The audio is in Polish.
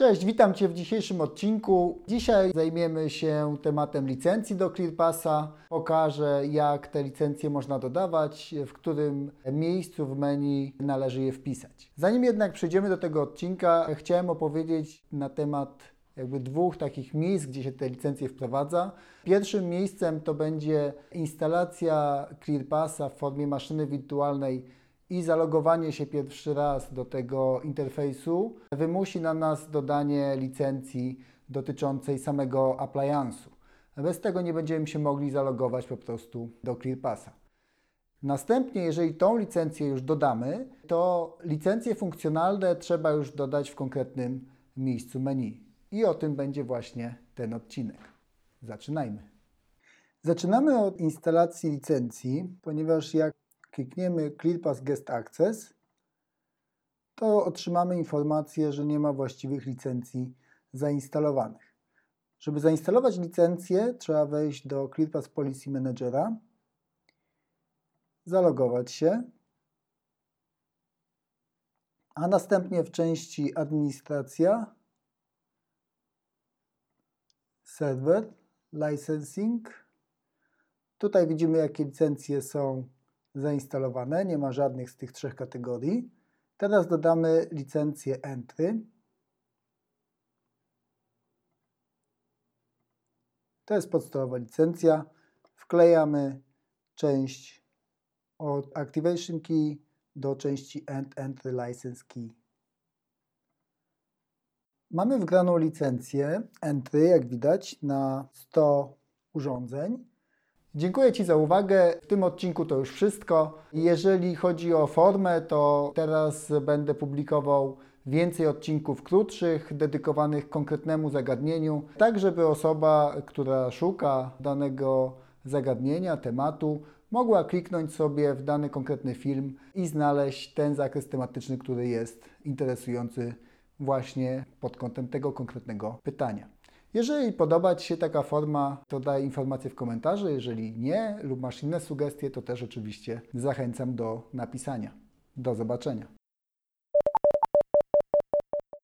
Cześć, witam Cię w dzisiejszym odcinku. Dzisiaj zajmiemy się tematem licencji do ClearPassa. Pokażę, jak te licencje można dodawać, w którym miejscu w menu należy je wpisać. Zanim jednak przejdziemy do tego odcinka, chciałem opowiedzieć na temat dwóch takich miejsc, gdzie się te licencje wprowadza. Pierwszym miejscem to będzie instalacja ClearPassa w formie maszyny wirtualnej i zalogowanie się pierwszy raz do tego interfejsu wymusi na nas dodanie licencji dotyczącej samego appliance'u. Bez tego nie będziemy się mogli zalogować po prostu do ClearPassa. Następnie, jeżeli tą licencję już dodamy, to licencje funkcjonalne trzeba już dodać w konkretnym miejscu menu. I o tym będzie właśnie ten odcinek. Zaczynajmy. Zaczynamy od instalacji licencji, ponieważ jak klikniemy ClearPass Guest Access, to otrzymamy informację, że nie ma właściwych licencji zainstalowanych. Żeby zainstalować licencję, trzeba wejść do ClearPass Policy Managera, zalogować się, a następnie w części Administracja, Server, Licensing. Tutaj widzimy, jakie licencje są zainstalowane. Nie ma żadnych z tych trzech kategorii. Teraz dodamy licencję Entry. To jest podstawowa licencja. Wklejamy część od Activation Key do części Entry License Key. Mamy wgraną licencję Entry, jak widać, na 100 urządzeń. Dziękuję Ci za uwagę. W tym odcinku to już wszystko. Jeżeli chodzi o formę, to teraz będę publikował więcej odcinków krótszych, dedykowanych konkretnemu zagadnieniu, tak żeby osoba, która szuka danego zagadnienia, tematu, mogła kliknąć sobie w dany konkretny film i znaleźć ten zakres tematyczny, który jest interesujący właśnie pod kątem tego konkretnego pytania. Jeżeli podoba Ci się taka forma, to daj informację w komentarzu. Jeżeli nie lub masz inne sugestie, to też oczywiście zachęcam do napisania. Do zobaczenia.